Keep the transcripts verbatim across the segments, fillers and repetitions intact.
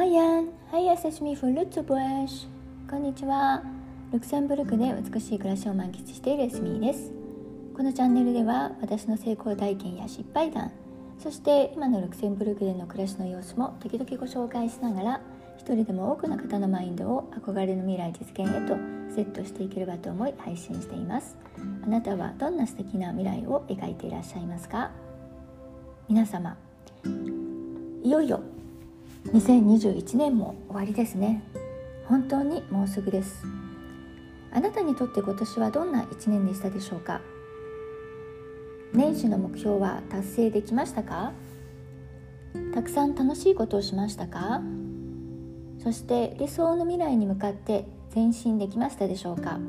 Hej, hej, jag ses mig för Lutzebusch。こんにちは。ルクセンブルクで美しい暮らしを満喫しているエスミーです。このチャンネルでは私の成功体験や失敗談、そして今のルクセンブルクでの暮らしの様子も時々ご紹介しながら、一人でも多くの方のマインドを憧れの未来実現へとセットしていければと思い配信しています。あなたはどんな素敵な未来を描いていらっしゃいますか？皆様、いよいよにせんにじゅういちねんも終わりですね。本当にもうすぐです。あなたにとって今年はどんないちねんでしたでしょうか？年始の目標は達成できましたか？たくさん楽しいことをしましたか？そして理想の未来に向かって前進できましたでしょうか？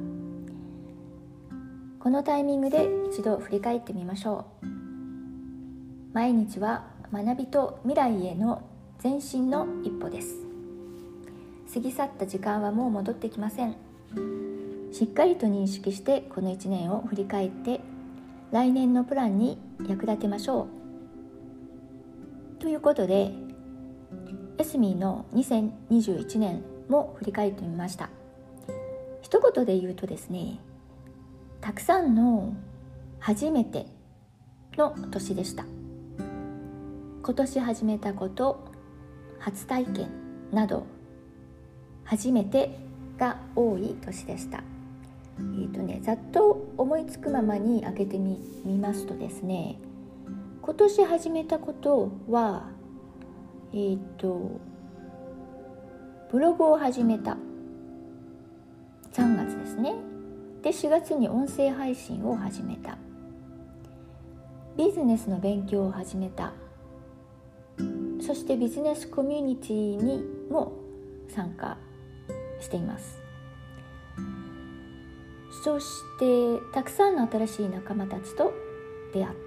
このタイミングで一度振り返ってみましょう。毎日は学びと未来への前進の一歩です。過ぎ去った時間はもう戻ってきません。しっかりと認識してこのいちねんを振り返って来年のプランに役立てましょう。ということで、エスミーのにせんにじゅういちねんも振り返ってみました。一言で言うとですね、たくさんの初めての年でした。今年始めたこと、初体験など初めてが多い年でした。えーとね、ざっと思いつくままに開けてみ、みますとですね、今年始めたことはえーとブログを始めたさんがつですね。でしがつに音声配信を始めた、ビジネスの勉強を始めた、そしてビジネスコミュニティにも参加しています。そしてたくさんの新しい仲間たちと出会った。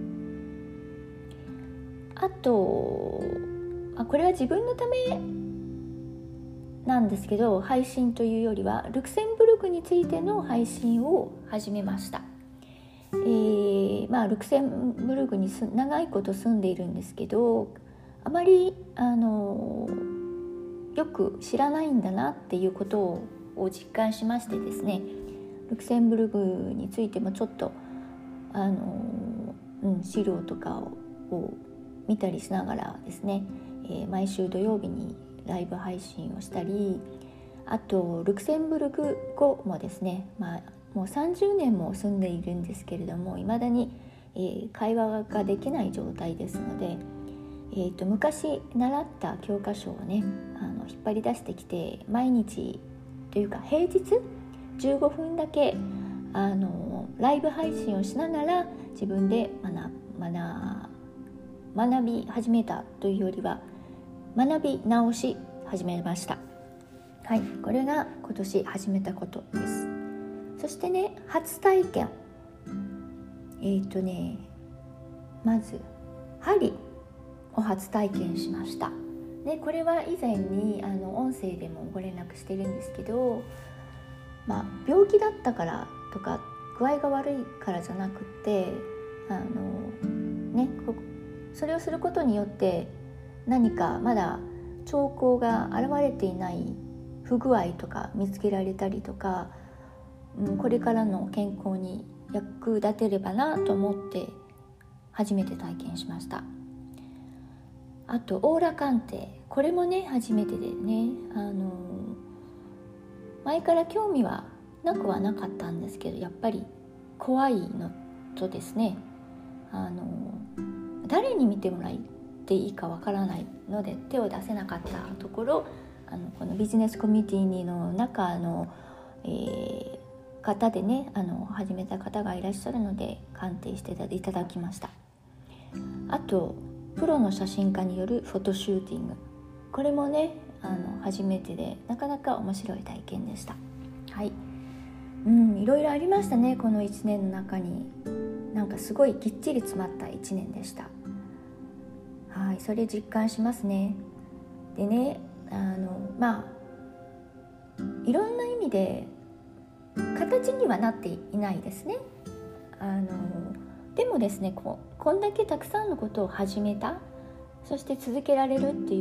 あとあこれは自分のためなんですけど、配信というよりはルクセンブルクについての配信を始めました。えーまあ、ルクセンブルクにす長いこと住んでいるんですけど、あまりあのよく知らないんだなっていうことを実感しましてですね、ルクセンブルクについてもちょっとあの、うん、資料とかを, を見たりしながらですね、えー、毎週土曜日にライブ配信をしたり、あとルクセンブルク語もですね、まあ、もうさんじゅうねんも住んでいるんですけれども、いまだに、えー、会話ができない状態ですので、えー、と昔習った教科書をねあの引っ張り出してきて、毎日というか平日じゅうごふんだけあのライブ配信をしながら自分で学、学、学び始めたというよりは学び直し始めました。はい、これが今年始めたことです。そしてね、初体験えっ、ー、とねまず針を初体験しました。でこれは以前にあの音声でもご連絡してるんですけど、まあ、病気だったからとか具合が悪いからじゃなくて、あの、ね、それをすることによって何かまだ兆候が現れていない不具合とか見つけられたりとか、うん、これからの健康に役立てればなと思って初めて体験しました。あとオーラ鑑定、これもね初めてでね、あの前から興味はなくはなかったんですけど、やっぱり怖いのとですね、あの誰に見てもらっていいかわからないので手を出せなかったところ、あのこのビジネスコミュニティの中の、えー、方でねあの始めた方がいらっしゃるので鑑定していただきました。あとプロの写真家によるフォトシューティング、これもねあの初めてでなかなか面白い体験でした。はい、うん、いろいろありましたね。このいちねんの中になんかすごいぎっちり詰まったいちねんでした。はい、それ実感しますね。でね、あのまあいろんな意味で形にはなっていないですね。あのでもですね、こ, こんだけたくさんのことを始めた、そして続けられるっていう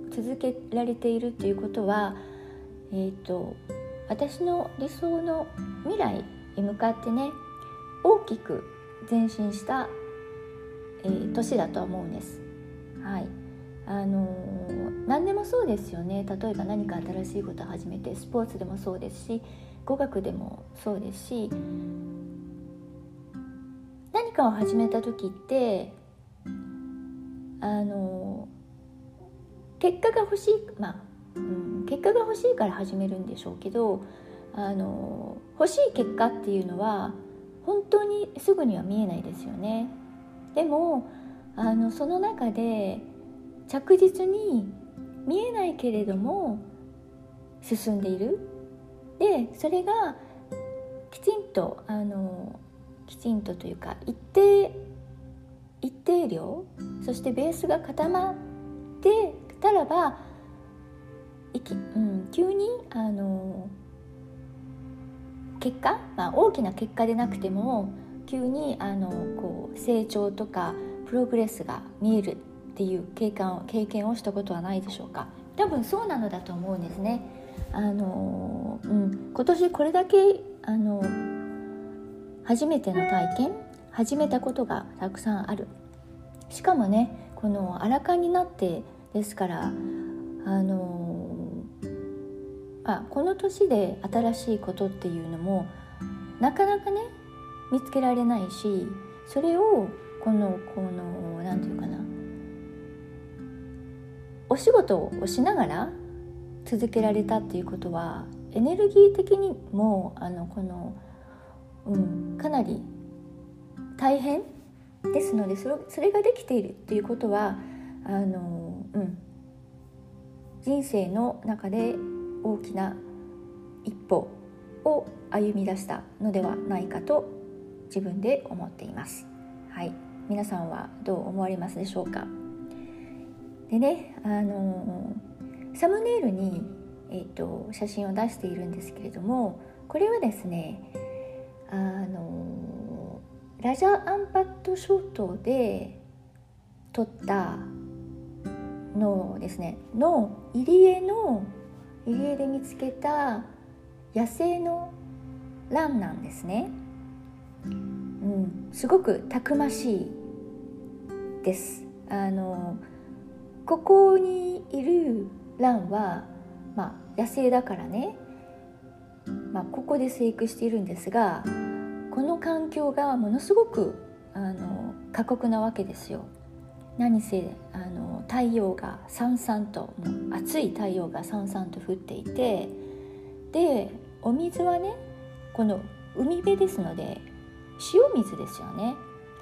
続けられているということは、えーと、私の理想の未来へ向かってね、大きく前進した、えー、年だと思うんです。はい、あのー、何でもそうですよね。例えば何か新しいことを始めて、スポーツでもそうですし、語学でもそうですし、何かを始めた時ってあの結果が欲しい、まあ、うん、結果が欲しいから始めるんでしょうけど、あの欲しい結果っていうのは本当にすぐには見えないですよね。でもあのその中で着実に見えないけれども進んでいる。でそれがきちんとあのきちんとというか一定一定量、そしてベースが固まってたらばいき、うん、急にあの結果、まあ、大きな結果でなくても急にあのこう成長とかプログレスが見えるっていう経験を、経験をしたことはないでしょうか。多分そうなのだと思うんですね。あの、うん、今年これだけあの初めての体験、始めたことがたくさんある。しかもね、このアラカンになってですから、あのあこの年で新しいことっていうのもなかなかね見つけられないし、それをこのこのなんていうかな、お仕事をしながら続けられたっていうことはエネルギー的にもあのこの、うん、かなり大変ですので、それ、それができているっていうことはあの、うん、人生の中で大きな一歩を歩み出したのではないかと自分で思っています。はい、皆さんはどう思われますでしょうか。でね、あのサムネイルに、えーと、写真を出しているんですけれども、これはですね、あのラジャ・アンパット諸島で撮ったのですねの入り江の入り江で見つけた野生のランなんですね。うん、すごくたくましいです。あのここにいるランは、まあ、野生だからね、まあ、ここで生育しているんですが、この環境がものすごくあの過酷なわけですよ。何せあの太陽がさんさんと、もう暑い太陽がさんさんと降っていて、でお水はね、この海辺ですので塩水ですよね。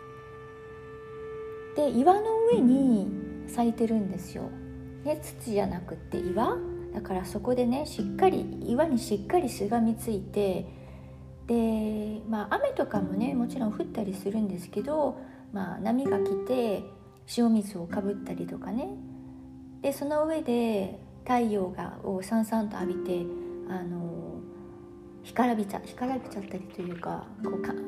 で岩の上に咲いてるんですよ、ね、土じゃなくって岩だから、そこでねしっかり岩にしっかりしがみついて、で、まあ、雨とかもねもちろん降ったりするんですけど、まあ、波が来て塩水をかぶったりとかね、でその上で太陽がをさんさんと浴びてあの干からびちゃ干からびちゃったりというか、こうか、うん、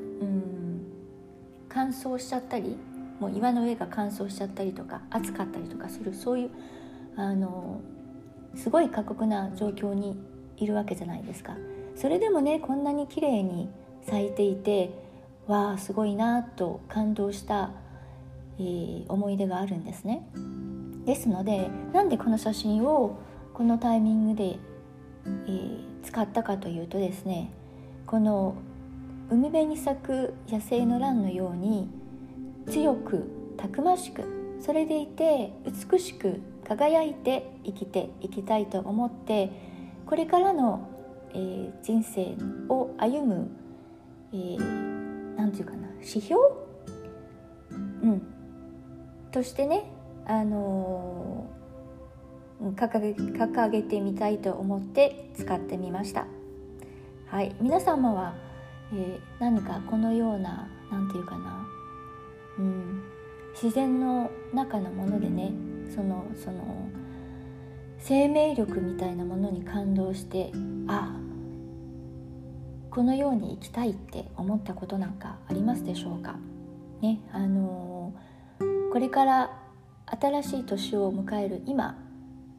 乾燥しちゃったり、もう岩の上が乾燥しちゃったりとか暑かったりとかする、そういうあのすごい過酷な状況にいるわけじゃないですか。それでもねこんなに綺麗に咲いていて、わあすごいなと感動した、えー、思い出があるんですね。ですので、なんでこの写真をこのタイミングで、えー、使ったかというとですね、この海辺に咲く野生のランのように強くたくましく、それでいて美しく輝いて生きていきたいと思って、これからの、えー、人生を歩む、えー、なんていうかな、指標、うん、としてね、あのー、掲げ、掲げてみたいと思って使ってみました。はい、皆様は、えー、何かこのような、なんていうかな、うん、自然の中のものでね、そのその生命力みたいなものに感動して、あ、このように生きたいって思ったことなんかありますでしょうかね。あのー、これから新しい年を迎える今、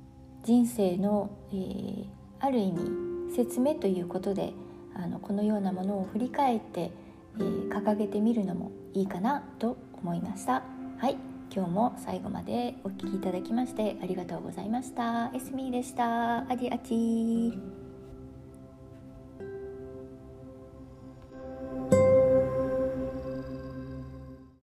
人生の、えー、ある意味説明ということであのこのようなものを振り返って、えー、掲げてみるのもいいかなと思いました。はい、今日も最後までお聞きいただきましてありがとうございました。エスミーでした。アディアチー。